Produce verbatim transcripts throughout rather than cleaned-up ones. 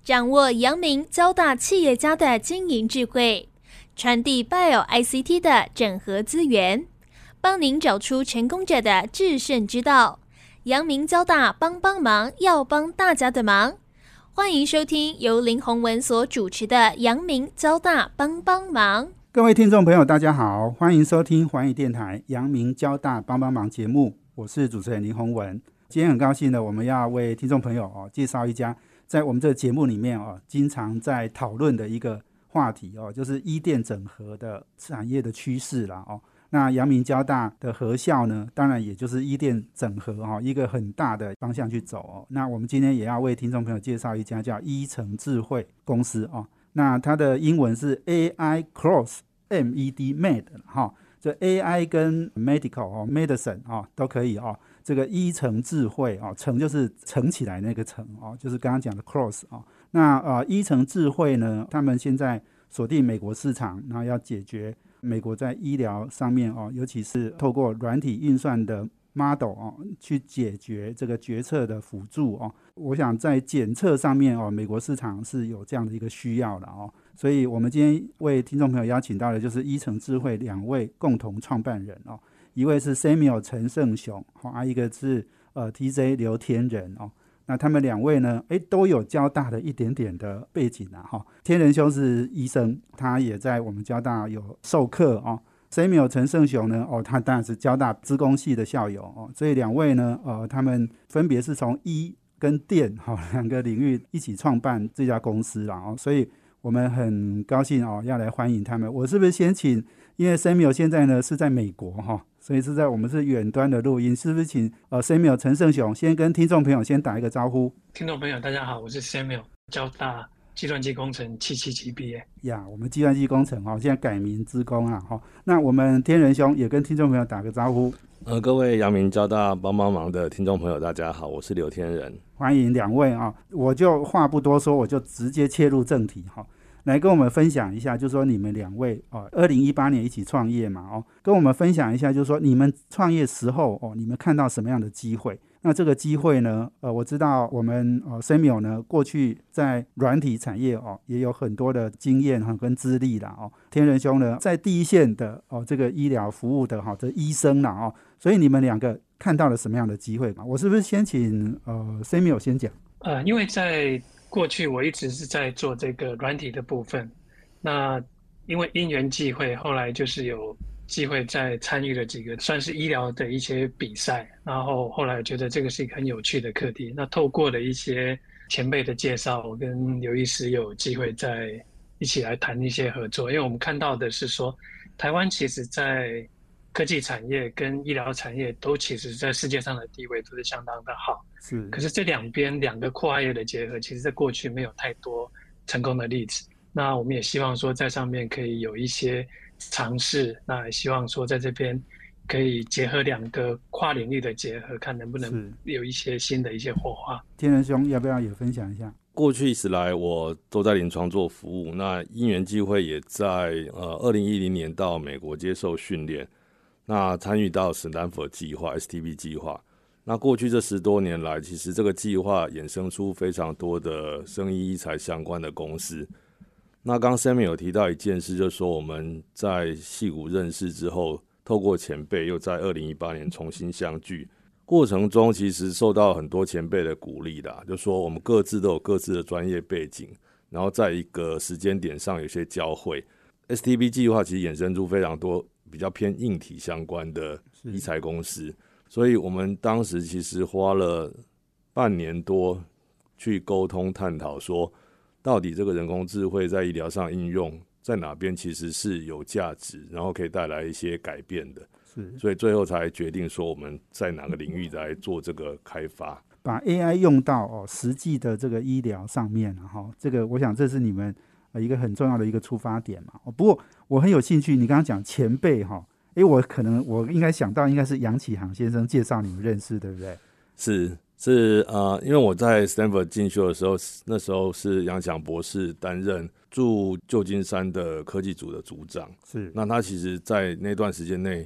掌握阳明交大企业家的经营智慧，传递 Bio-I C T 的整合资源，帮您找出成功者的制胜之道。阳明交大帮帮忙，要帮大家的忙。欢迎收听由林宏文所主持的阳明交大帮帮忙。 各位听众朋友大家好，欢迎收听环宇电台阳明交大帮帮忙节目，我是主持人林宏文。今天很高兴呢，我们要为听众朋友、哦、介绍一家在我们这个节目里面、哦、经常在讨论的一个话题、哦、就是医电整合的产业的趋势啦、哦。那阳明交大的合校呢，当然也就是医电整合、哦、一个很大的方向去走、哦。那我们今天也要为听众朋友介绍一家叫医诚智慧公司、哦、那它的英文是 A I Cross M E D Med、哦、这 A I 跟 Medical、哦、Medicine、哦、都可以、哦。这个医诚智慧、哦、诚就是乘起来那个诚、哦、就是刚刚讲的 Cross、哦、那呃医诚智慧呢，他们现在锁定美国市场，然后要解决美国在医疗上面、哦、尤其是透过软体运算的 model、哦、去解决这个决策的辅助、哦、我想在检测上面、哦、美国市场是有这样的一个需要的、哦、所以我们今天为听众朋友邀请到的就是医诚智慧两位共同创办人、哦，一位是 Samuel 陈胜雄、哦啊、一个是、呃、T J 刘天仁、哦，那他们两位呢，诶都有交大的一点点的背景啊、哦、天仁兄是医生，他也在我们交大有授课、哦、Samuel 陈胜雄呢、哦、他当然是交大资工系的校友、哦、所以两位呢、呃、他们分别是从医跟电、哦、两个领域一起创办这家公司啦、哦、所以我们很高兴、哦、要来欢迎他们。我是不是先请，因为 Samuel 现在呢是在美国、哦、所以是在我们是远端的录音，是不是请、呃、Samuel 陈胜雄先跟听众朋友先打一个招呼？ 听众朋友大家好，我是 Samuel， 交大计算机工程七七级毕业呀。我们计算机工程、哦、现在改名资工啊、哦、那我们天仁兄也跟听众朋友打个招呼。 呃，各位阳明交大帮帮忙的听众朋友大家好，我是刘天仁。 欢迎两位啊、哦！我就话不多说，我就直接切入正题哈、哦，来跟我们分享一下，就是说你们两位哦，二零一八年一起创业嘛哦，跟我们分享一下，就是说你们创业时候哦，你们看到什么样的机会？那这个机会呢，呃，我知道我们呃 Samuel 呢，过去在软体产业哦，也有很多的经验哈跟资历啦哦。天仁兄呢，在第一线的哦这个医疗服务的哈这医生啦哦，所以你们两个看到了什么样的机会嘛？我是不是先请呃 Samuel 先讲？ 呃，因为在过去我一直是在做这个软体的部分，那因为因缘际会，后来就是有机会在参与了几个算是医疗的一些比赛，然后后来觉得这个是一个很有趣的课题。那透过了一些前辈的介绍，我跟刘医师有机会在一起来谈一些合作，因为我们看到的是说，台湾其实在科技产业跟医疗产业都其实在世界上的地位都是相当的好， 是。 可是这两边两个跨业的结合，其实在过去没有太多成功的例子。那我们也希望说在上面可以有一些尝试，那也希望说在这边可以结合两个跨领域的结合，看能不能有一些新的一些火花。 天仁兄要不要也分享一下？ 过去一直来我都在临床做服务，那因缘际会也在呃二零一零年到美国接受训练，那参与到史丹佛计划 S T B 计划。那过去这十多年来，其实这个计划衍生出非常多的生医医材相关的公司。那刚刚 Samuel 有提到一件事，就是说我们在矽谷认识之后，透过前辈又在二零一八年重新相聚，过程中其实受到很多前辈的鼓励啦，就是说我们各自都有各自的专业背景，然后在一个时间点上有些交汇。S T B 计划其实衍生出非常多比较偏硬体相关的医材公司，所以我们当时其实花了半年多去沟通探讨说，到底这个人工智慧在医疗上应用在哪边其实是有价值，然后可以带来一些改变的，是，所以最后才决定说我们在哪个领域来做这个开发， 把 A I 用到、哦、实际的这个医疗上面、哦、这个我想这是你们一个很重要的一个出发点嘛。不过我很有兴趣，你刚刚讲前辈、哦诶我可能我应该想到应该是杨启航先生介绍你们认识，对不对？ 是是呃，因为我在 Stanford 进修的时候，那时候是杨启航博士担任驻旧金山的科技组的组长，是。那他其实在那段时间内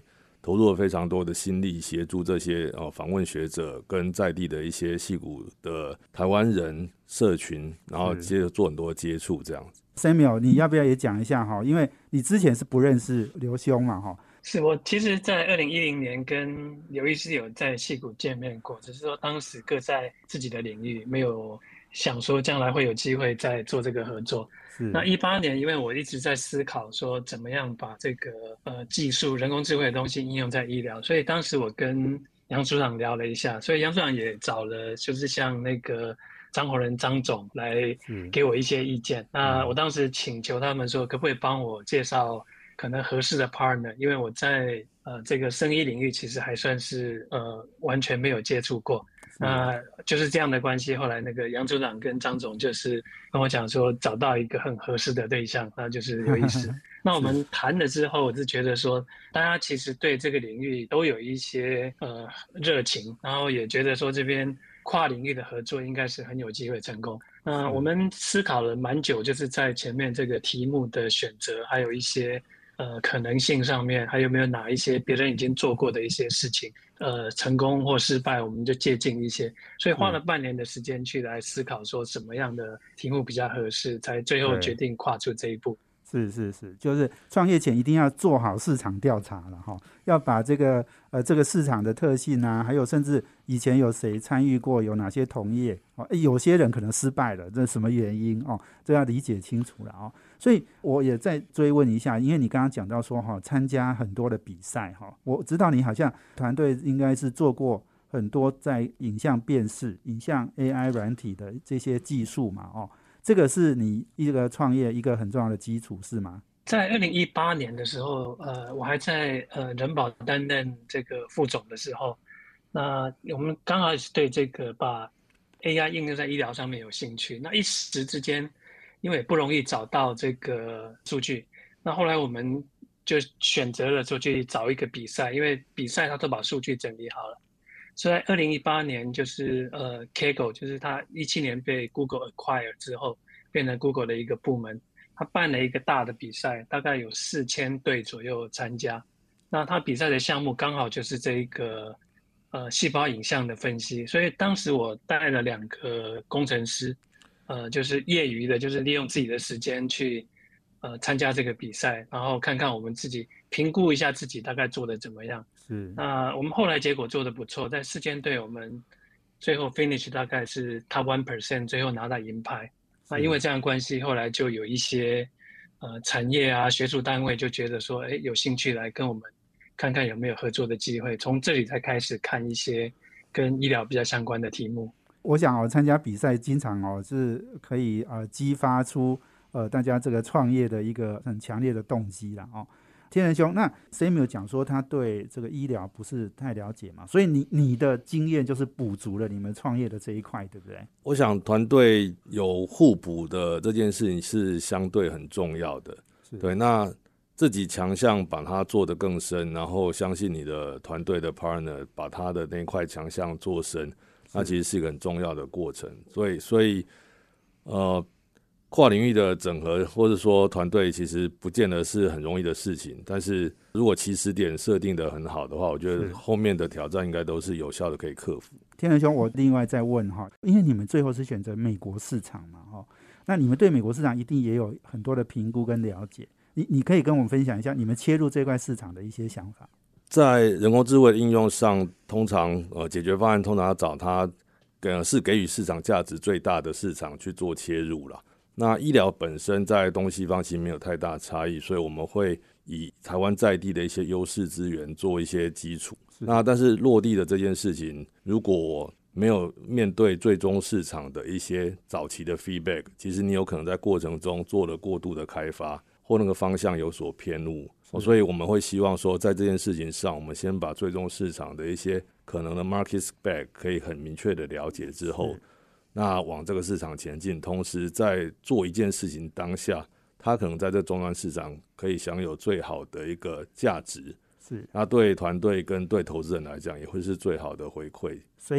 投入了非常多的心力，协助这些呃访问学者跟在地的一些矽谷的台湾人社群，然后接着做很多接触这样子。 Samuel， 你要不要也讲一下哈？因为你之前是不认识刘兄嘛哈。 是我其实，在二零一零年跟刘医师有在矽谷见面过，只是说当时各在自己的领域，没有想说将来会有机会再做这个合作。那一八年，因为我一直在思考说怎么样把这个呃技术、人工智慧的东西应用在医疗，所以当时我跟杨组长聊了一下，所以杨组长也找了就是像那个张宏仁张总来给我一些意见。那我当时请求他们说，可不可以帮我介绍可能合适的 partner， 因为我在呃这个生医领域其实还算是呃完全没有接触过。那、呃、就是这样的关系，后来那个杨组长跟张总就是跟我讲说找到一个很合适的对象，那就是刘医师。那我们谈了之后，我是觉得说大家其实对这个领域都有一些呃热情，然后也觉得说这边跨领域的合作应该是很有机会成功。那、呃、我们思考了蛮久，就是在前面这个题目的选择，还有一些呃可能性上面，还有没有哪一些别人已经做过的一些事情，呃成功或失败，我们就借鉴一些。所以花了半年的时间去来思考说什么样的题目比较合适，才最后决定跨出这一步。 是是是，就是创业前一定要做好市场调查了哈，要把这个呃这个市场的特性啊，还有甚至以前有谁参与过，有哪些同业哦，有些人可能失败了，这什么原因哦，这要理解清楚了哦。所以我也再追问一下，因为你刚刚讲到说哈，参加很多的比赛哈，我知道你好像团队应该是做过很多在影像辨识、影像 A I 软体的这些技术嘛哦。这个是你一个创业一个很重要的基础是吗？ 在二零一八年的时候，呃，我还在呃人保担任这个副总的时候，那我们刚好是对这个把 A I 应用在医疗上面有兴趣。那一时之间，因为不容易找到这个数据，那后来我们就选择了说去找一个比赛，因为比赛他都把数据整理好了。所以在二零一八年，就是呃 Kaggle， 就是他一七年被 Google acquire 之后，变成 Google 的一个部门。他办了一个大的比赛，大概有四千队左右参加。那他比赛的项目刚好就是这一个呃细胞影像的分析，所以当时我带了两个工程师，呃，就是业余的，就是利用自己的时间去呃参加这个比赛，然后看看我们自己评估一下自己大概做的怎么样。 是， 那、呃、我们后来结果做的不错，在四千队我们最后 finish 大概是 top one percent， 最后拿到银牌。那因为这样的关系，后来就有一些呃产业啊、学术单位就觉得说，哎，有兴趣来跟我们看看有没有合作的机会。从这里才开始看一些跟医疗比较相关的题目。 我想哦，参加比赛经常哦是可以呃激发出呃大家这个创业的一个很强烈的动机啦哦。天仁兄，那 Samuel 讲说他对这个医疗不是太了解嘛，所以你你的经验就是补足了你们创业的这一块，对不对？ 我想团队有互补的这件事情是相对很重要的，对。那自己强项把它做得更深，然后相信你的团队的 partner 把他的那块强项做深，那其实是一个很重要的过程。所以，所以呃。跨领域的整合或者说团队其实不见得是很容易的事情，但是如果起始点设定的很好的话，我觉得后面的挑战应该都是有效的可以克服。 天仁兄，我另外再问哈，因为你们最后是选择美国市场嘛哈，那你们对美国市场一定也有很多的评估跟了解，你你可以跟我们分享一下你们切入这块市场的一些想法。 在人工智慧的应用上，通常呃解决方案通常要找它呃是给予市场价值最大的市场去做切入啦。那医疗本身在东西方其实没有太大差异，所以我们会以台湾在地的一些优势资源做一些基础。那但是落地的这件事情，如果没有面对最终市场的一些早期的 feedback， 其实你有可能在过程中做了过度的开发，或那个方向有所偏误。所以我们会希望说，在这件事情上，我们先把最终市场的一些可能的 market spec 可以很明确的了解之后，那往这个市场前进，同时在做一件事情当下，它可能在这终端市场可以享有最好的一个价值， 是， 那对团队跟对投资人来讲也会是最好的回馈。 所以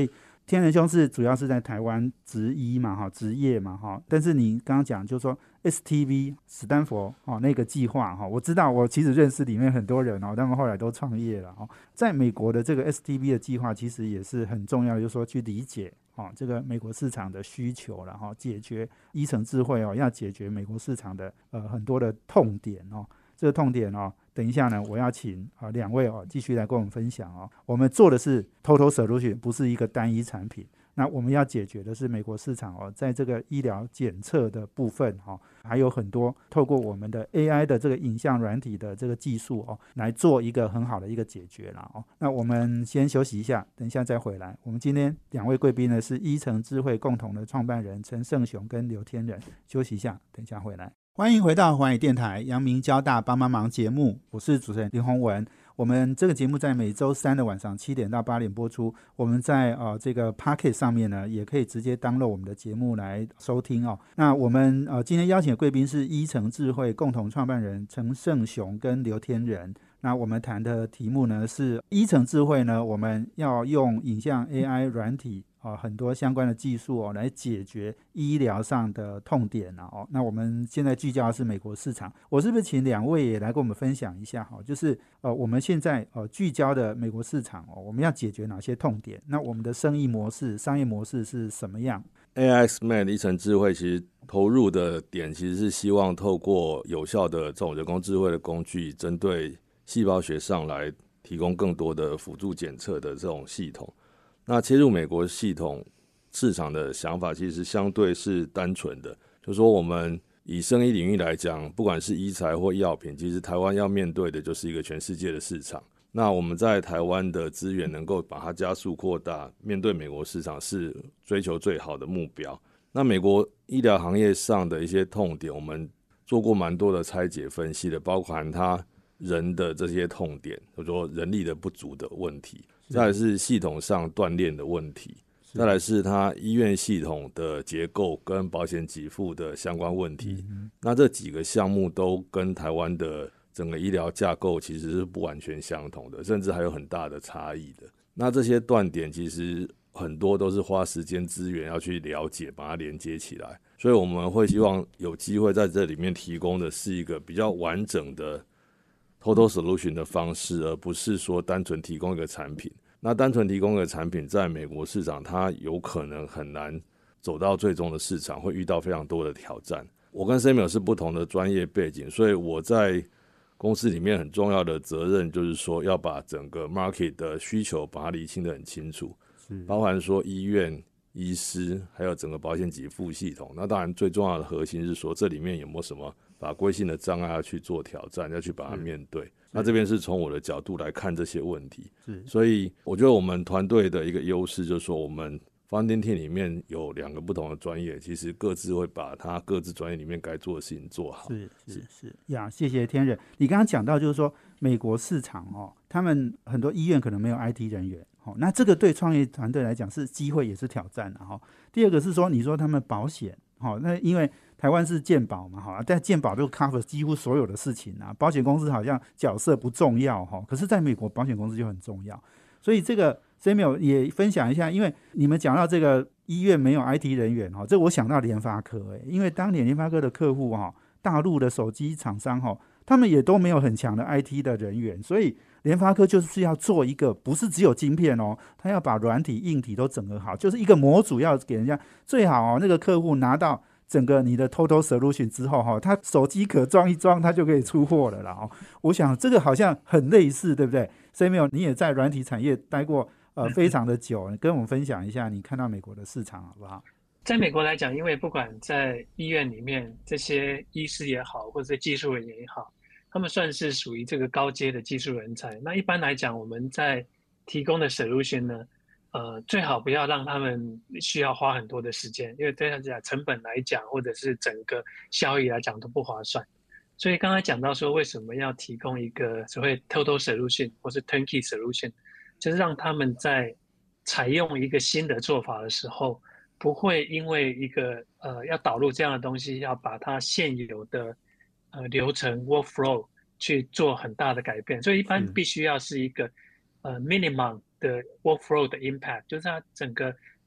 天仁兄是主要是在台湾职医嘛哈，职业嘛哈，但是你刚刚讲就是说 S T V 史丹佛哦那个计划哈，我知道我其实认识里面很多人哦，他们后来都创业了哦。在美国的这个 S T V 的计划其实也是很重要的，就是说去理解哦这个美国市场的需求了哈，解决依城智慧哦要解决美国市场的呃很多的痛点哦。这个痛点哦，等一下呢，我要请啊、呃、两位哦继续来跟我们分享哦。我们做的是 Total Solution， 不是一个单一产品。那我们要解决的是美国市场哦，在这个医疗检测的部分哦，还有很多透过我们的 A I 的这个影像软体的这个技术哦，来做一个很好的一个解决啦哦。那我们先休息一下，等一下再回来。我们今天两位贵宾呢是依城智慧共同的创办人陈胜雄跟刘天仁，休息一下，等一下回来。欢迎回到寰宇电台阳明交大帮帮忙节目，我是主持人林宏文。我们这个节目在每周三的晚上七点到八点播出。我们在呃这个 Podcast 上面呢，也可以直接 download 我们的节目来收听哦。那我们呃今天邀请的贵宾是依城智慧共同创办人陈胜雄跟刘天仁。那我们谈的题目呢是依城智慧呢，我们要用影像 A I 软体哦，很多相关的技术哦，来解决医疗上的痛点啊哦。那我们现在聚焦的是美国市场，我是不是请两位也来跟我们分享一下哈？就是呃，我们现在呃聚焦的美国市场哦，我们要解决哪些痛点？那我们的生意模式、商业模式是什么样 ？A I X M A D 依城智慧其实投入的点其实是希望透过有效的这种人工智慧的工具，针对细胞学上来提供更多的辅助检测的这种系统。那切入美国系统市场的想法其实相对是单纯的，就是说我们以生医领域来讲，不管是医材或药品，其实台湾要面对的就是一个全世界的市场。那我们在台湾的资源能够把它加速扩大，面对美国市场是追求最好的目标。那美国医疗行业上的一些痛点，我们做过蛮多的拆解分析的，包含它人的这些痛点，就是说人力的不足的问题，再来是系统上锻炼的问题，再来是它医院系统的结构跟保险给付的相关问题、嗯、那这几个项目都跟台湾的整个医疗架构其实是不完全相同的，甚至还有很大的差异的。那这些断点其实很多都是花时间资源要去了解，把它连接起来，所以我们会希望有机会在这里面提供的是一个比较完整的Total Solution 的方式，而不是说单纯提供一个产品。那单纯提供一个产品，在美国市场，它有可能很难走到最终的市场，会遇到非常多的挑战。我跟 Samuel 是不同的专业背景，所以我在公司里面很重要的责任就是说，要把整个 market 的需求把它理清得很清楚，包含说医院、医师，还有整个保险给付系统。那当然最重要的核心是说，这里面有没有什么法规性的障碍要去做挑战，要去把它面对。那这边是从我的角度来看这些问题，所以我觉得我们团队的一个优势就是说，我们 Founding Team 里面有两个不同的专业，其实各自会把他各自专业里面该做的事情做好。 是是是呀，谢谢天仁。你刚刚讲到就是说美国市场哦，他们很多医院可能没有 I T 人员。哦、那这个对创业团队来讲是机会也是挑战、啊哦、第二个是说你说他们保险、哦、那因为台湾是健保嘛、哦、但健保就 cover 几乎所有的事情啊，保险公司好像角色不重要、哦、可是在美国保险公司就很重要，所以这个 Samuel 也分享一下，因为你们讲到这个医院没有 I T 人员、哦、这我想到联发科、欸、因为当年联发科的客户、哦、大陆的手机厂商、哦、他们也都没有很强的 I T 的人员，所以联发科就是要做一个不是只有晶片哦，他要把软体硬体都整合好，就是一个模组要给人家最好哦，那个客户拿到整个你的 Total Solution 之后哈，他手机壳装一装，他就可以出货了啦哦。我想这个好像很类似，对不对 ？Samuel 你也在软体产业待过呃非常的久，你跟我们分享一下你看到美国的市场好不好？ 在美国来讲，因为不管在医院里面，这些医师也好，或者是技术人员也好，他们算是属于这个高阶的技术人才。那一般来讲，我们在提供的 solution 呢，呃，最好不要让他们需要花很多的时间，因为对他讲成本来讲，或者是整个效益来讲都不划算。所以刚才讲到说，为什么要提供一个所谓 total solution 或是 turnkey solution， 就是让他们在采用一个新的做法的时候，不会因为一个呃要导入这样的东西，要把它现有的呃流程 workflow 去做很大的改变，所以一般必须要是一个呃 minimum 的 workflow 的 impact， 就是它整个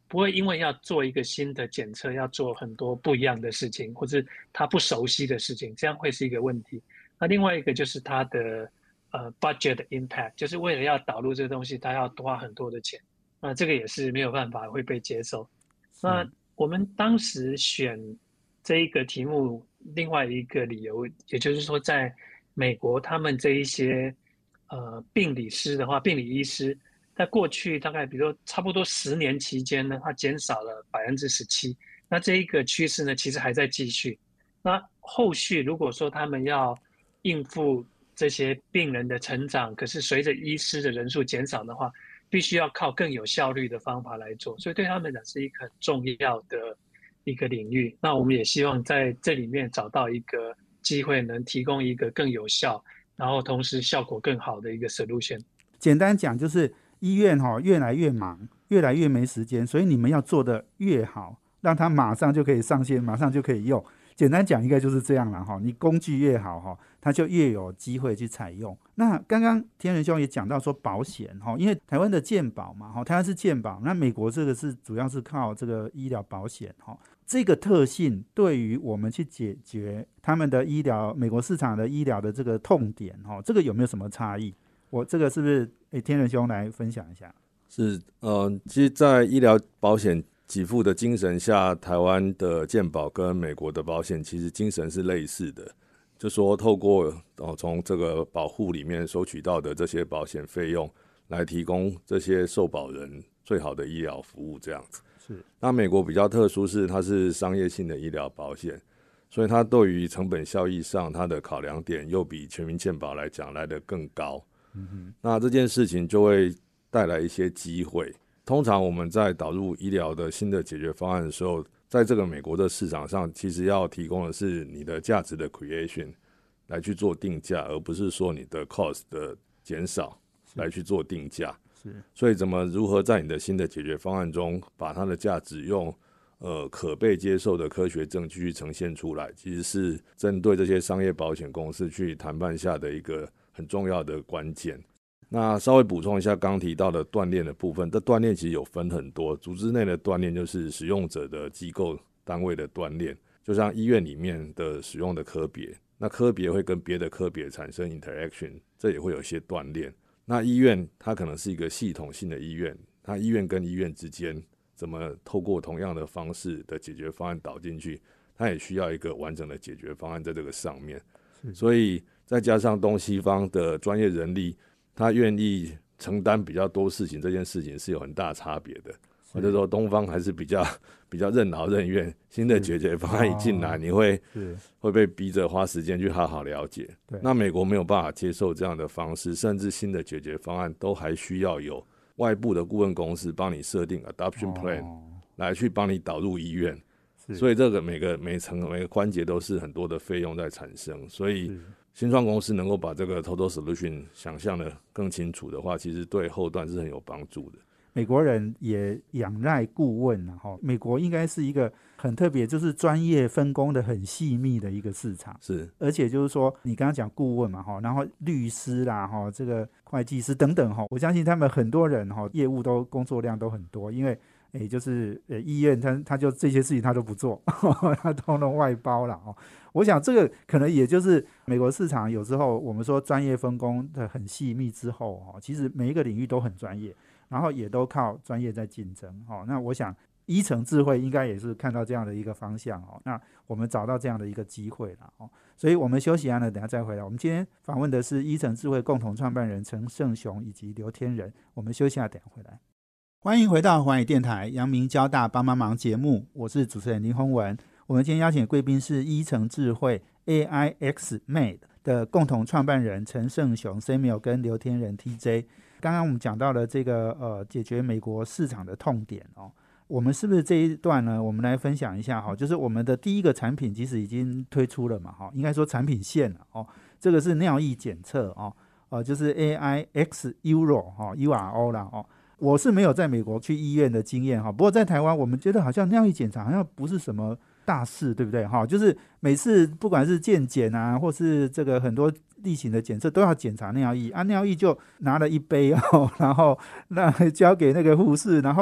不会因为要做一个新的检测，要做很多不一样的事情，或是他不熟悉的事情，这样会是一个问题。那另外一个就是它的呃 budget impact， 就是为了要导入这个东西，它要花很多的钱，那这个也是没有办法会被接受。那我们当时选这一个题目，另外一个理由，也就是说，在美国他们这一些呃病理师的话，病理医师，在过去大概比如说差不多十年期间呢，它减少了百分之十七。那这一个趋势呢，其实还在继续。那后续如果说他们要应付这些病人的成长，可是随着医师的人数减少的话，必须要靠更有效率的方法来做，所以对他们讲是一个很重要的一个领域。那我们也希望在这里面找到一个机会，能提供一个更有效，然后同时效果更好的一个 solution。 简单讲就是医院哈越来越忙，越来越没时间，所以你们要做的越好，让它马上就可以上线，马上就可以用。简单讲应该就是这样了哈，你工具越好哈，它就越有机会去采用。那刚刚天仁兄也讲到说保险哈，因为台湾的健保嘛哈，台湾是健保，那美国这个是主要是靠这个医疗保险哈，这个特性对于我们去解决他们的医疗美国市场的医疗的这个痛点哈，这个有没有什么差异？我这个是不是诶天仁兄来分享一下？ 是呃，其实，在医疗保险给付的精神下，台湾的健保跟美国的保险其实精神是类似的，就说透过哦从这个保护里面收取到的这些保险费用，来提供这些受保人最好的医疗服务这样子。 是。 那美国比较特殊是它是商业性的医疗保险，所以它对于成本效益上，它的考量点又比全民健保来讲来得更高。嗯哼。那这件事情就会带来一些机会。通常我们在导入医疗的新的解决方案的时候，在这个美国的市场上，其实要提供的是你的价值的 creation 来去做定价，而不是说你的 cost 的减少来去做定价。 是， 所以怎么如何在你的新的解决方案中，把它的价值用呃可被接受的科学证据去呈现出来，其实是针对这些商业保险公司去谈判下的一个很重要的关键。那稍微补充一下刚提到的锻炼的部分，这锻炼其实有分很多，组织内的锻炼就是使用者的机构单位的锻炼，就像医院里面的使用的科别，那科别会跟别的科别产生 interaction， 这也会有一些锻炼。那医院它可能是一个系统性的医院，它医院跟医院之间怎么透过同样的方式的解决方案导进去，它也需要一个完整的解决方案在这个上面。所以再加上东西方的专业人力，他愿意承担比较多事情，这件事情是有很大差别的。或者说东方还是比较比较任劳任怨，新的解决方案一进来，你会会被逼着花时间去好好了解。那美国没有办法接受这样的方式，甚至新的解决方案都还需要有外部的顾问公司帮你设定 adoption plan，哦，来去帮你导入医院。所以这个每个每层每个环节都是很多的费用在产生，所以新创公司能够把这个 total solution 想象的更清楚的话，其实对后段是很有帮助的。 美国人也仰赖顾问，啊，美国应该是一个很特别，就是专业分工的很细密的一个市场。 是， 而且就是说你刚刚讲顾问嘛，然后律师啦，这个会计师等等，我相信他们很多人业务都工作量都很多，因为也就是医院他他就这些事情他都不做，他都能外包了。我想这个可能也就是美国市场有时候我们说专业分工的很细密之后，其实每一个领域都很专业，然后也都靠专业在竞争。那我想依城智慧应该也是看到这样的一个方向，那我们找到这样的一个机会了。所以我们休息完了等一下再回来。我们今天访问的是依城智慧共同创办人陈胜雄以及刘天仁，我们休息下等一下回来。欢迎回到寰宇电台阳明交大帮帮忙节目，我是主持人林宏文。我们今天邀请的贵宾是依城智慧 A I X M A D 的共同创办人陈胜雄 Samuel 跟刘天仁 T J。 刚刚我们讲到了这个呃解决美国市场的痛点哦，我们是不是这一段呢我们来分享一下哈，就是我们的第一个产品其实已经推出了嘛哈，应该说产品线了哦，这个是尿液检测哦，呃就是 A I X Uro 哈 U R O 啦哦。我是没有在美国去医院的经验哈，不过在台湾我们觉得好像尿液检查好像不是什么大事，对不对哈？就是每次不管是健检啊，或是这个很多例行的检测都要检查尿液啊，尿液就拿了一杯哦，然后那交给那个护士，然后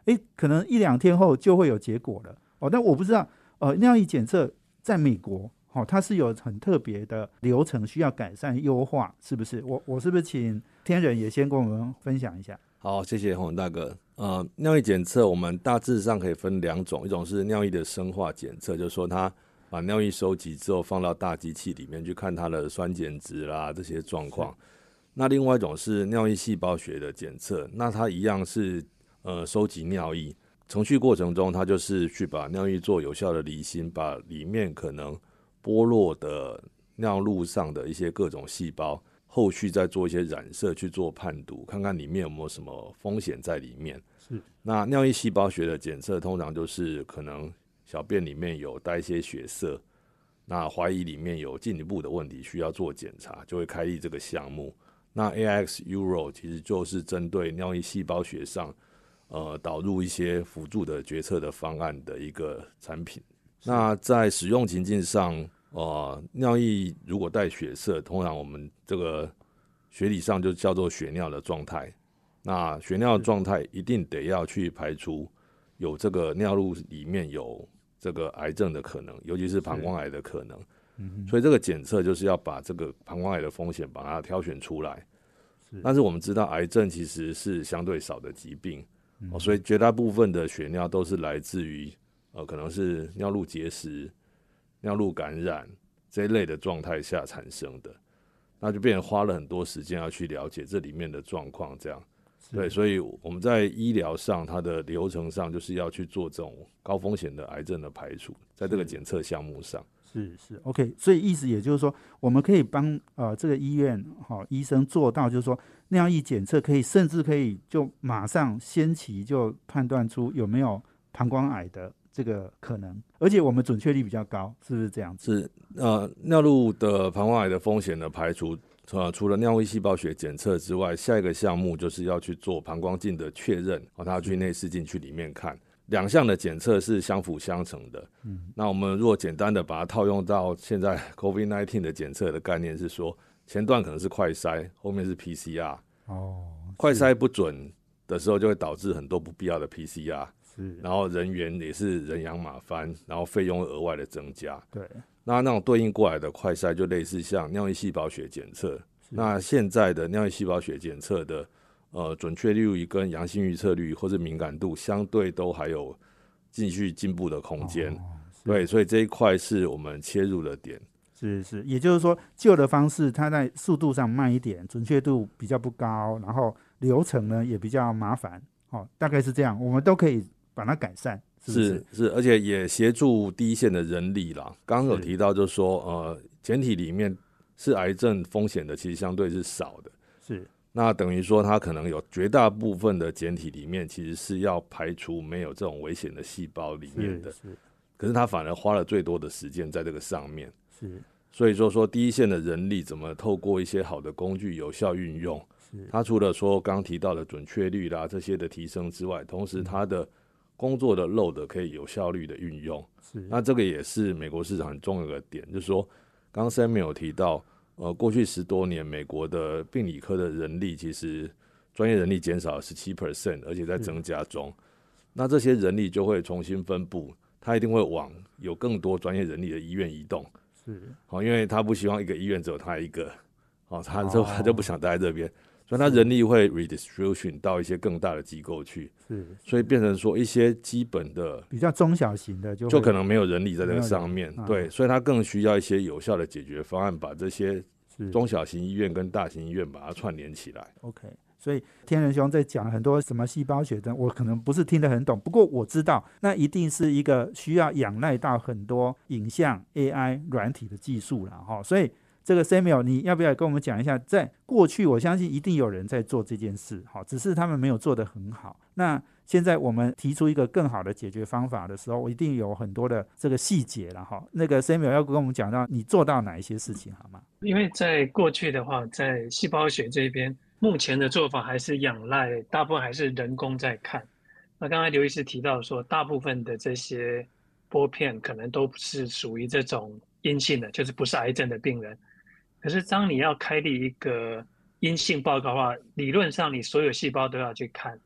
哎，可能一两天后就会有结果了哦。但我不知道，呃，尿液检测在美国，哦，它是有很特别的流程需要改善优化，是不是？我我是不是请天仁也先跟我们分享一下？ 好，谢谢洪文大哥。呃，尿液检测我们大致上可以分两种，一种是尿液的生化检测，就是说它把尿液收集之后放到大机器里面去看它的酸碱值啦这些状况。那另外一种是尿液细胞学的检测，那它一样是呃收集尿液，程序过程中它就是去把尿液做有效的离心，把里面可能剥落的尿路上的一些各种细胞，后续再做一些染色去做判读，看看里面有没有什么风险在里面。 是。 那尿液细胞学的检测通常就是可能小便里面有带一些血色，那怀疑里面有进一步的问题需要做检查，就会开立这个项目。那 A I X Euro 其实就是针对尿液细胞学上呃导入一些辅助的决策的方案的一个产品。那在使用情境上，呃，尿液如果带血色，通常我们这个学理上就叫做血尿的状态。那血尿的状态一定得要去排除有这个尿路里面有这个癌症的可能，尤其是膀胱癌的可能。嗯、所以这个检测就是要把这个膀胱癌的风险把它挑选出来。是，但是我们知道癌症其实是相对少的疾病，嗯哦、所以绝大部分的血尿都是来自于呃可能是尿路结石、尿路感染这一类的状态下产生的，那就变成花了很多时间要去了解这里面的状况，这样。对，所以我们在医疗上，它的流程上就是要去做这种高风险的癌症的排除，在这个检测项目上。 是是 OK， 所以意思也就是说，我们可以帮呃这个医院好、哦、医生做到，就是说尿液检测可以，甚至可以就马上先期就判断出有没有膀胱癌的这个可能，而且我们准确率比较高，是不是这样子？ 是呃，尿路的膀胱癌的风险的排除。呃，除了尿液细胞学检测之外，下一个项目就是要去做膀胱镜的确认，哦，他要去内视镜去里面看，两项的检测是相辅相成的。嗯，那我们如果简单的把它套用到现在 COVID 十九 的检测的概念是说，前段可能是快筛，后面是 P C R。哦，快筛不准的时候，就会导致很多不必要的 P C R。是，然后人员也是人仰马翻，然后费用额外的增加。 对。 那那种对应过来的快筛就类似像尿液细胞学检测，那现在的尿液细胞学检测的呃准确率跟阳性预测率或是敏感度相对都还有继续进步的空间。哦，对，所以这一块是我们切入的点。 是是，也就是说旧的方式它在速度上慢一点，准确度比较不高，然后流程呢也比较麻烦。哦，大概是这样，我们都可以把它改善。是是, 是，而且也协助第一线的人力啦。刚刚有提到，就是说，呃，检体里面是癌症风险的，其实相对是少的。是，那等于说，它可能有绝大部分的检体里面，其实是要排除没有这种危险的细胞里面的。是，是，可是它反而花了最多的时间在这个上面。是，所以说说第一线的人力怎么透过一些好的工具有效运用。是，它除了说刚刚提到的准确率啦这些的提升之外，同时它的工作的 load 可以有效率的运用，是，那这个也是美国市场很重要的点，就是说，刚刚 Samuel 有提到，呃，过去十多年美国的病理科的人力其实专业人力减少了 百分之十七， 而且在增加中，那这些人力就会重新分布，他一定会往有更多专业人力的医院移动，是，好，因为他不希望一个医院只有他一个，好，他就、哦、他就不想待在这边。所以它人力会 redistribution 到一些更大的机构去，是，所以变成说一些基本的比较中小型的就就可能没有人力在这个上面，啊、对，所以它更需要一些有效的解决方案，把这些中小型医院跟大型医院把它串联起来。 OK， 所以天仁兄在讲很多什么细胞学的，我可能不是听得很懂，不过我知道那一定是一个需要仰赖到很多影像 A I 软体的技术啦，齁，所以。这个 Samuel 你要不要跟我们讲一下，在过去我相信一定有人在做这件事，只是他们没有做得很好，那现在我们提出一个更好的解决方法的时候，我一定有很多的这个细节了。那个 Samuel 要跟我们讲到你做到哪一些事情好吗？ 因为在过去的话，在细胞学这边目前的做法还是仰赖大部分还是人工在看，那刚才刘医师提到说大部分的这些玻片可能都是属于这种阴性的，就是不是癌症的病人。可是当你要开立一个阴性报告的话，理论上你所有细胞都要去看，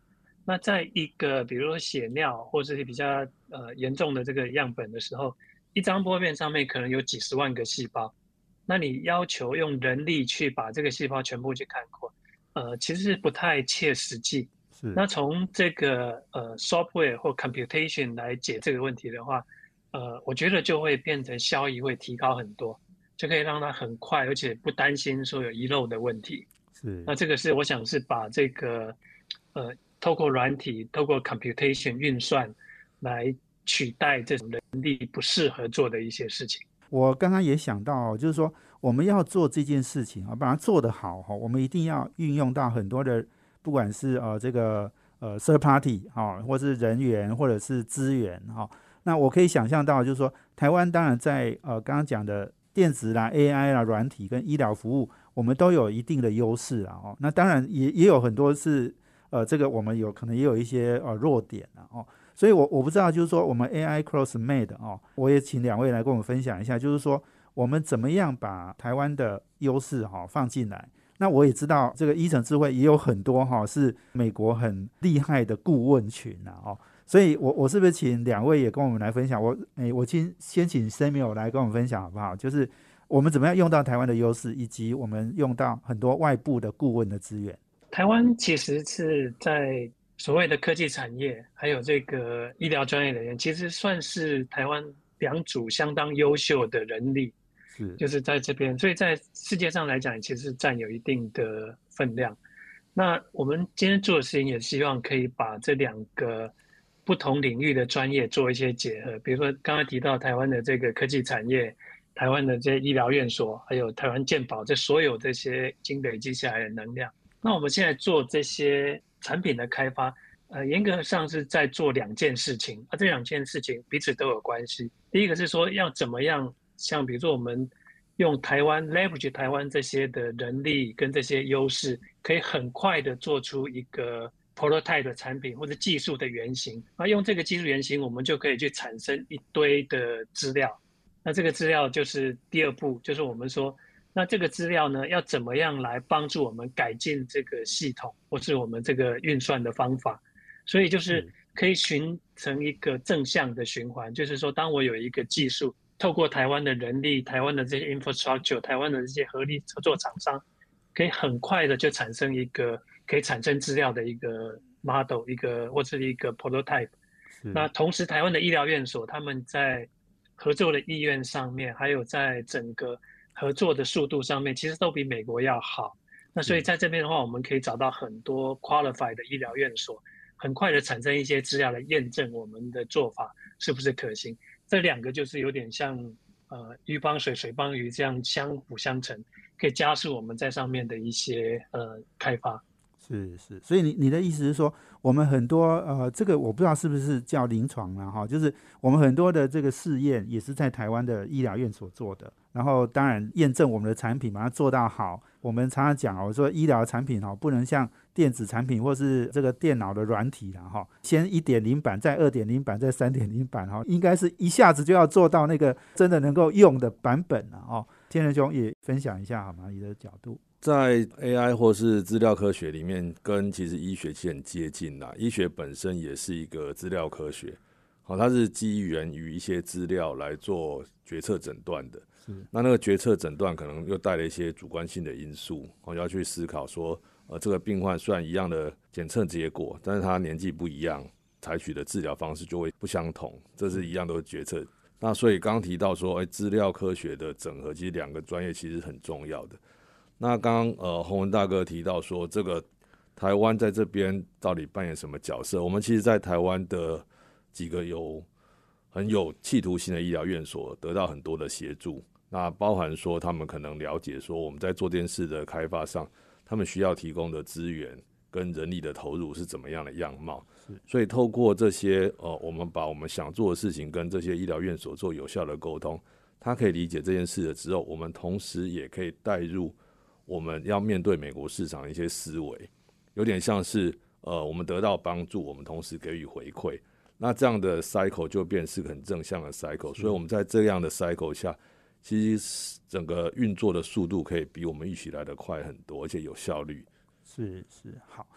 那在一个比如说血尿或者是比较呃严重的这个样本的时候，一张玻片上面可能有几十万个细胞，那你要求用人力去把这个细胞全部去看过，呃，其实是不太切实际。 是。 那从这个呃 software 或 computation 来解这个问题的话，呃，我觉得就会变成效益会提高很多，就可以让它很快，而且不担心说有遗漏的问题。 是。 那这个是我想是把这个呃透过软体、透过 computation 运算来取代这种人力不适合做的一些事情。 我刚刚也想到，就是说我们要做这件事情啊，把它做得好，我们一定要运用到很多的，不管是呃这个呃 third party 哈，或是人员或者是资源哈。那我可以想象到，就是说台湾当然在呃刚刚讲的电子啦、A I 啦、软体跟医疗服务，我们都有一定的优势啊。哦，那当然也也有很多是呃这个我们有可能也有一些呃弱点啊。哦。所以我我不知道，就是说我们 A I Cross Made 哦，我也请两位来跟我们分享一下，就是说我们怎么样把台湾的优势哈、哦、放进来。那我也知道这个依晨智慧也有很多哈、哦、是美国很厉害的顾问群啊哦，所以我我是不是请两位也跟我们来分享？我诶我先先请 Samuel 来跟我们分享好不好？就是我们怎么样用到台湾的优势，以及我们用到很多外部的顾问的资源。 台湾其实是在所谓的科技产业，还有这个医疗专业人员，其实算是台湾两组相当优秀的人力， 是， 就是在这边，所以在世界上来讲，其实占有一定的分量。那我们今天做的事情，也希望可以把这两个不同领域的专业做一些结合，比如说刚刚提到台湾的这个科技产业，台湾的这些医疗院所，还有台湾健保，这所有这些已经累积下来的能量。那我们现在做这些产品的开发，呃，严格上是在做两件事情，啊，这两件事情彼此都有关系。第一个是说要怎么样，像比如说我们用台湾 leverage 台湾这些的人力跟这些优势，可以很快的做出一个 prototype 的产品或者技术的原型。那用这个技术原型，我们就可以去产生一堆的资料。那这个资料就是第二步，就是我们说，那这个资料呢，要怎么样来帮助我们改进这个系统，或是我们这个运算的方法？所以就是可以形成一个正向的循环，就是说，当我有一个技术，透过台湾的人力、台湾的这些 infrastructure、台湾的这些合力合作厂商，可以很快的就产生一个可以产生资料的一个 model， 一个或是一个 prototype。那同时，台湾的医疗院所他们在合作的意愿上面，还有在整个合作的速度上面，其实都比美国要好。那所以在这边的话，我们可以找到很多 qualified 的医疗院所，很快的产生一些资料来验证我们的做法是不是可行。这两个就是有点像呃鱼帮水，水帮鱼这样相辅相成，可以加速我们在上面的一些呃开发。 是是，所以你你的意思是说，我们很多呃，这个我不知道是不是叫临床啦哈，就是我们很多的这个试验也是在台湾的医疗院所做的，然后当然验证我们的产品把它做到好。我们常常讲我说医疗产品哈，不能像电子产品或是这个电脑的软体啦哈，先一点零版，再二点零版，再三点零版哈，应该是一下子就要做到那个真的能够用的版本了哦。天仁兄也分享一下好吗？你的角度。 在 A I 或是资料科学里面，跟其实医学其实很接近啦。医学本身也是一个资料科学，好，它是基源于一些资料来做决策诊断的。那那个决策诊断可能又带了一些主观性的因素，我要去思考说，呃，这个病患虽然一样的检测结果，但是他年纪不一样，采取的治疗方式就会不相同，这是一样都是决策。那所以刚刚提到说，哎，资料科学的整合，其实两个专业其实很重要的。那刚刚呃洪文大哥提到说，这个台湾在这边到底扮演什么角色？我们其实在台湾的几个有很有企图心的医疗院所得到很多的协助，那包含说他们可能了解说我们在做电视的开发上，他们需要提供的资源跟人力的投入是怎么样的样貌，所以透过这些呃，我们把我们想做的事情跟这些医疗院所做有效的沟通，他可以理解这件事了之后，我们同时也可以带入我们要面对美国市场的一些思维，有点像是呃，我们得到帮助，我们同时给予回馈，那这样的 cycle 就变成是很正向的 cycle， 所以我们在这样的 cycle 下，其实整个运作的速度可以比我们预期来的快很多，而且有效率。 是是，好。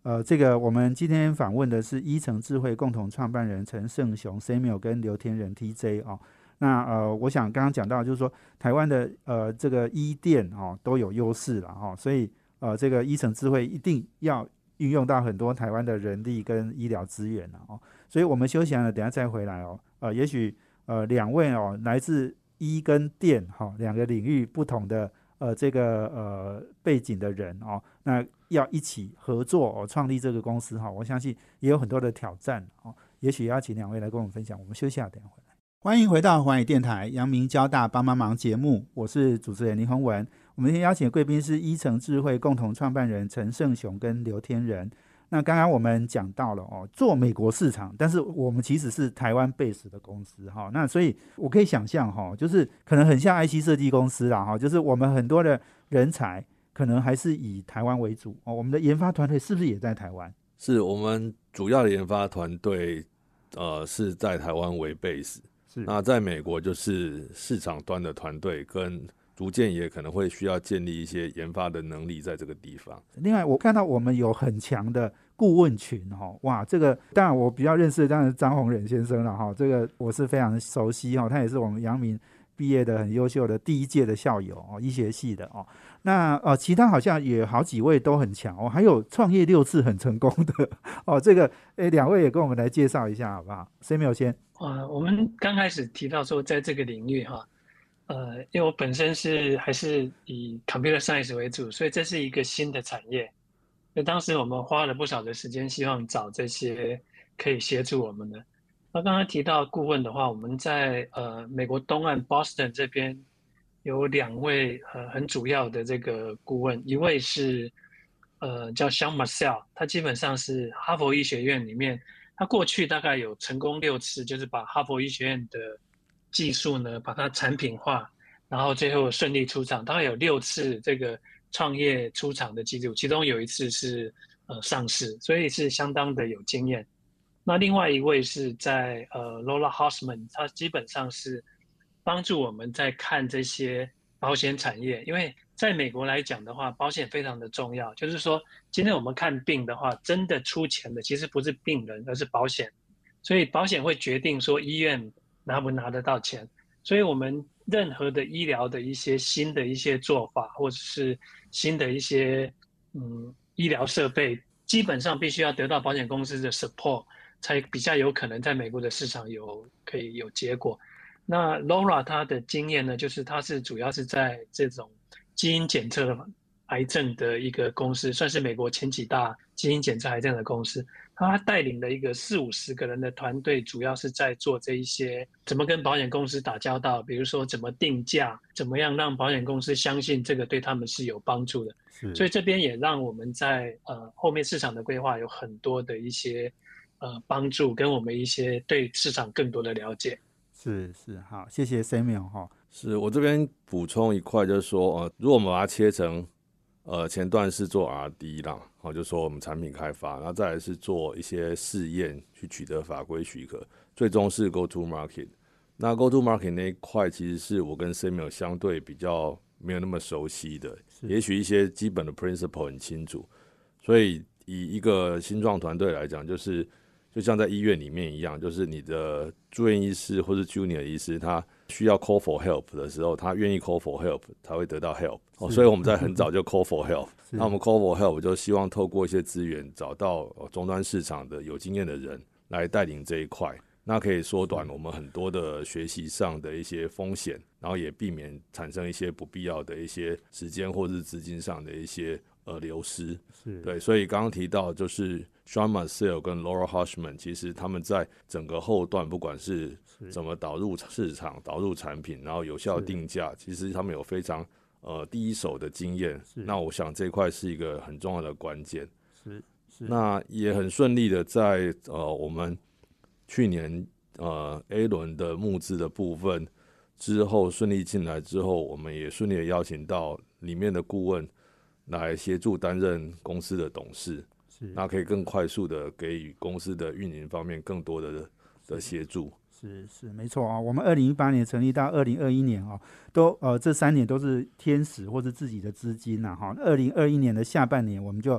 呃，这个我们今天访问的是依诚智慧共同创办人陈胜雄 Samuel 跟刘天仁 T J 哦。那呃，我想刚刚讲到就是说台湾的呃这个医电哦都有优势了哈、哦，所以呃这个依诚智慧一定要运用到很多台湾的人力跟医疗资源了哦。所以我们休息完了，等一下再回来哦。呃，也许呃两位哦来自医跟电哈、哦、两个领域不同的呃这个呃背景的人哦，那要一起合作哦创立这个公司哈、哦，我相信也有很多的挑战哦。也许要请两位来跟我们分享。我们休息下，等一下回来。欢迎回到寰宇电台阳明交大帮帮忙节目，我是主持人林宏文。我们今天邀请的贵宾是依诚智慧共同创办人陈胜雄跟刘天仁。那刚刚我们讲到了哦，做美国市场，但是我们其实是台湾 base 的公司哈。那所以我可以想象哈，就是可能很像 I C 设计公司啦哈，就是我们很多的人才可能还是以台湾为主哦。我们的研发团队是不是也在台湾？ 是我们主要的研发团队，呃，是在台湾为 base。那在美国就是市场端的团队，跟逐渐也可能会需要建立一些研发的能力在这个地方。 另外我看到我们有很强的顾问群哦，哇，这个当然我比较认识的当然是张宏仁先生了哈，这个我是非常熟悉哈，他也是我们阳明毕业的很优秀的第一届的校友哦，医学系的哦。那呃，其他好像也好几位都很强哦，还有创业六次很成功的哦。这个诶，两位也跟我们来介绍一下好不好 ？Samuel 先。 呃，我们刚开始提到说，在这个领域哈，呃，因为我本身是还是以 computer science 为主，所以这是一个新的产业。所以当时我们花了不少的时间，希望找这些可以协助我们的。那刚才提到顾问的话，我们在呃美国东岸 Boston 这边有两位呃很主要的这个顾问，一位是呃叫 Sean Marcel， 他基本上是哈佛医学院里面。他过去大概有成功六次，就是把哈佛医学院的技术呢，把它产品化，然后最后顺利出厂。大概有六次这个创业出厂的记录，其中有一次是呃上市，所以是相当的有经验。那另外一位是在呃 Laura Hoffman， 他基本上是帮助我们在看这些保险产业，因为在美国来讲的话，保险非常的重要。就是说，今天我们看病的话，真的出钱的其实不是病人，而是保险。所以保险会决定说医院拿不拿得到钱。所以我们任何的医疗的一些新的一些做法，或者是新的一些嗯医疗设备，基本上必须要得到保险公司的 support， 才比较有可能在美国的市场有可以有结果。那 Laura 她的经验呢，就是她是主要是在这种基因检测癌症的一个公司，算是美国前几大基因检测癌症的公司。他带领了一个四五十个人的团队，主要是在做这一些怎么跟保险公司打交道，比如说怎么定价，怎么样让保险公司相信这个对他们是有帮助的。所以这边也让我们在呃后面市场的规划有很多的一些呃帮助，跟我们一些对市场更多的了解。 是是，好，谢谢 Samuel 哈。 是我这边补充一块，就是说，呃，如果我们把它切成，呃，前段是做 R D 啦，好，就是说我们产品开发，然后再来是做一些试验，去取得法规许可，最终是 Go to Market。那 Go to Market 那一块，其实是我跟 Samuel 相对比较没有那么熟悉的，也许一些基本的 principle 很清楚，所以以一个新创团队来讲，就是就像在医院里面一样，就是你的住院医师或是 junior 医师，他需要 call for help 的时候，他愿意 call for help， 才会得到 help、哦、所以我们在很早就 call for help 那我们 call for help 就希望透过一些资源找到终端市场的有经验的人来带领这一块，那可以缩短我们很多的学习上的一些风险，然后也避免产生一些不必要的一些时间或是资金上的一些呃流失。是对，所以刚刚提到就是 Sean Marcel 跟 Laura Hoffman， 其实他们在整个后段不管是怎么导入市场、导入产品，然后有效定价，其实他们有非常呃第一手的经验。那我想这一块是一个很重要的关键。是是，那也很顺利的在呃我们去年呃 A 轮的募资的部分之后顺利进来之后，我们也顺利的邀请到里面的顾问来协助担任公司的董事，那可以更快速的给予公司的运营方面更多的的协助。 是是没错啊，我们二零一八年成立到二零二一年啊，都呃这三年都是天使或是自己的资金呐哈。二零二一年的下半年我们就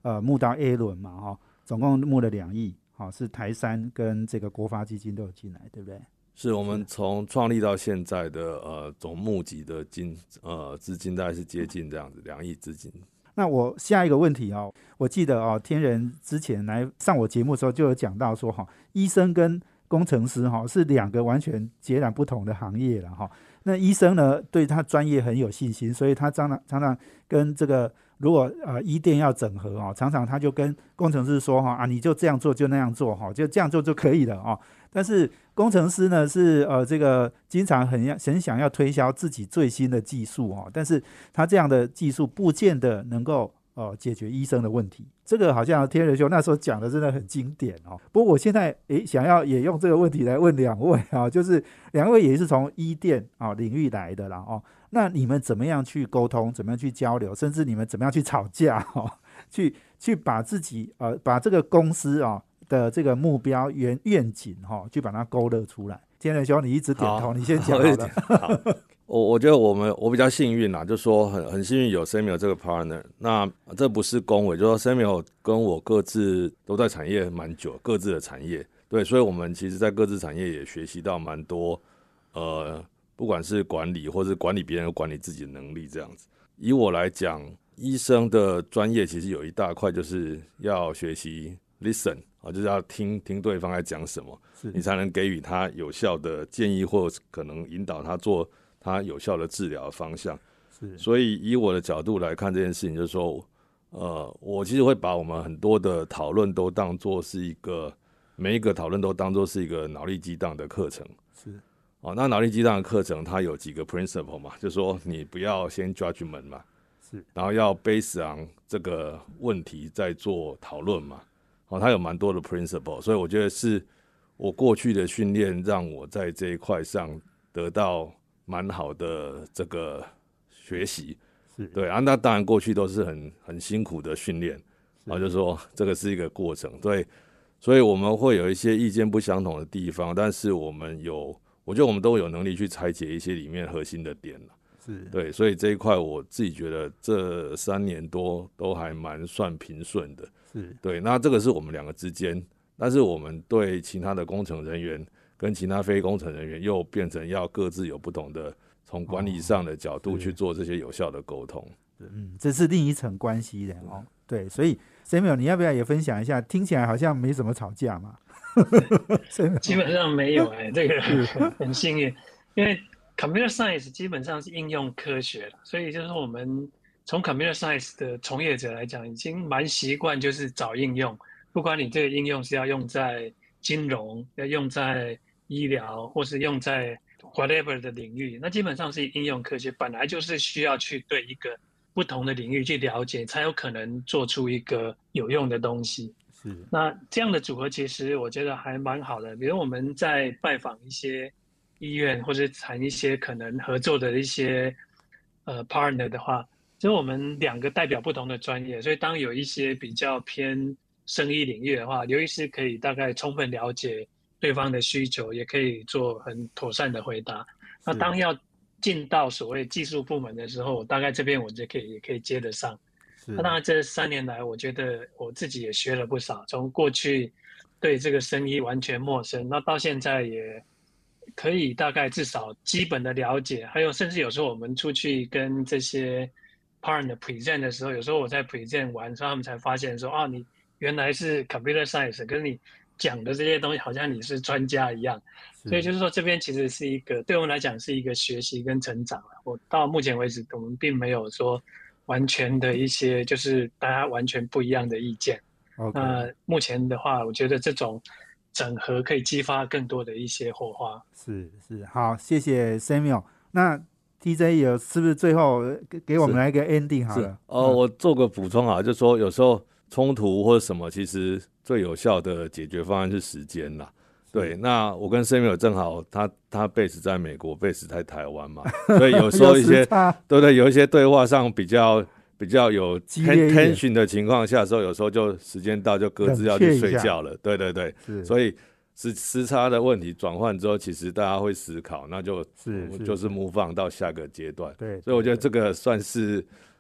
呃募到 A 轮嘛，哈、哦，总共募了两亿，好、哦，是台山跟这个国发基金都有进来，对不对？ 是我们从创立到现在的呃总募集的金呃资金大概是接近这样子两亿资金。 那我下一个问题哦，我记得哦，天仁之前来上我节目的时候就有讲到说哈、哦，医生跟工程师哈、哦、是两个完全截然不同的行业了哈、哦。那医生呢对他专业很有信心，所以他常常常常跟这个如果呃医电要整合哦，常常他就跟工程师说哈啊，你就这样做就那样做哈，就这样做就可以了哦。但是工程师呢是呃这个经常很要很想要推销自己最新的技术哦，但是他这样的技术不见得能够呃解决医生的问题。这个好像天仁兄那时候讲的真的很经典哦。不过我现在诶想要也用这个问题来问两位啊、哦，就是两位也是从医电啊、哦、领域来的啦哦，那你们怎么样去沟通，怎么样去交流，甚至你们怎么样去吵架哦，去去把自己呃把这个公司啊、哦的这个目标愿愿景哈、哦，去把它勾勒出来。天仁兄，你一直点头，你先讲好了。 好，我我觉得我们我比较幸运啦，就说很很幸运有 Samuel 这个 partner。那这不是恭维，就说 Samuel 跟我各自都在产业蛮久，各自的产业对，所以我们其实在各自产业也学习到蛮多，呃，不管是管理或是管理别人，管理自己的能力这样子。以我来讲，医生的专业其实有一大块就是要学习 listen。啊，就是要听听对方在讲什么，你才能给予他有效的建议，或可能引导他做他有效的治疗的方向。是，所以以我的角度来看这件事情，就是说，呃，我其实会把我们很多的讨论都当作是一个，每一个讨论都当作是一个脑力激荡的课程。是，哦，那脑力激荡的课程它有几个 principle 嘛，就是说你不要先 judgment 嘛，是，然后要 base on 这个问题再做讨论嘛。哦，它有蛮多的 principle， 所以我觉得是我过去的训练让我在这一块上得到蛮好的这个学习。是，对啊，那当然过去都是很很辛苦的训练，然后就说这个是一个过程，对，所以我们会有一些意见不相同的地方，但是我们有，我觉得我们都有能力去拆解一些里面核心的点了。是，对，所以这一块我自己觉得这三年多都还蛮算平顺的。是，对，那这个是我们两个之间，但是我们对其他的工程人员跟其他非工程人员又变成要各自有不同的从管理上的角度去做这些有效的沟通。 哦、嗯，这是另一层关系的哦。对，所以 Samuel 你要不要也分享一下？听起来好像没什么吵架嘛。 基本上没有哎、欸，这个很幸运，因为 Computer Science 基本上是应用科学了，所以就是我们。从 Computer Science 的从业者来讲，已经蛮习惯就是找应用，不管你这个应用是要用在金融、要用在医疗，或是用在 whatever 的领域，那基本上是应用科学，本来就是需要去对一个不同的领域去了解，才有可能做出一个有用的东西。是，那这样的组合其实我觉得还蛮好的。比如我们在拜访一些医院，或者谈一些可能合作的一些呃 partner 的话。所以我们两个代表不同的专业，所以当有一些比较偏生医领域的话，刘医师可以大概充分了解对方的需求，也可以做很妥善的回答。那当要进到所谓技术部门的时候，大概这边我就可以也可以接得上。那当然这三年来，我觉得我自己也学了不少，从过去对这个生医完全陌生，那到现在也可以大概至少基本的了解，还有甚至有时候我们出去跟这些partner present 的时候，有时候我在 present 完之后，他们才发现说，啊，你原来是 computer science， 跟你讲的这些东西好像你是专家一样。所以就是说，这边其实是一个对我们来讲是一个学习跟成长。我到目前为止，我们并没有说完全的一些就是大家完全不一样的意见。Okay. 那目前的话，我觉得这种整合可以激发更多的一些火花。 是是，好，谢谢 Samuel。那T J 有是不是最后给我们来一个 ending 好了？ 哦、呃嗯，我做个补充啊，就是说有时候冲突或者什么，其实最有效的解决方案是时间啦。对，那我跟 Samuel 正好他他 base 在美国 base 在台湾嘛，所以有时候一些对对，有一些对话上比较比较有 tension 的情况下的时候，有时候就时间到就各自要去睡觉了。对对对，所以时时差的问题转换之后，其实大家会思考，那就是就是 move on 到下个阶段。对，所以我觉得这个算是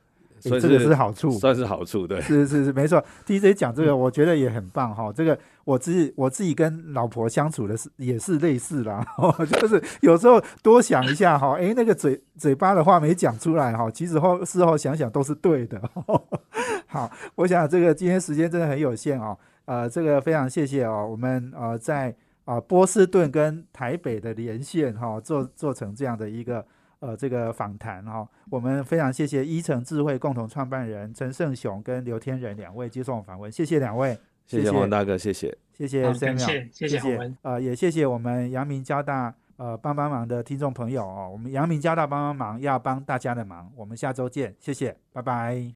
欸、这个是好处， 算是好处，对， 是是是，没错。D J 讲这个，我觉得也很棒哈。这个我自己我自己跟老婆相处的是也是类似啦，就是有时候多想一下哈，哎，那个嘴嘴巴的话没讲出来哈，其实后事后想想都是对的。好，我想这个今天时间真的很有限哦，呃，这个非常谢谢哦，我们呃在啊、呃、波士顿跟台北的连线哈、哦，做做成这样的一个。呃，这个访谈哈、哦，我们非常谢谢依诚智慧共同创办人陈胜雄跟刘天仁两位接受我们访问，谢谢两位， 谢谢黄大哥，谢谢， 谢谢 Samuel， 谢谢洪文， 呃，也谢谢我们阳明交大呃帮帮忙的听众朋友哦，我们阳明交大帮帮忙要帮大家的忙，我们下周见，谢谢，拜拜。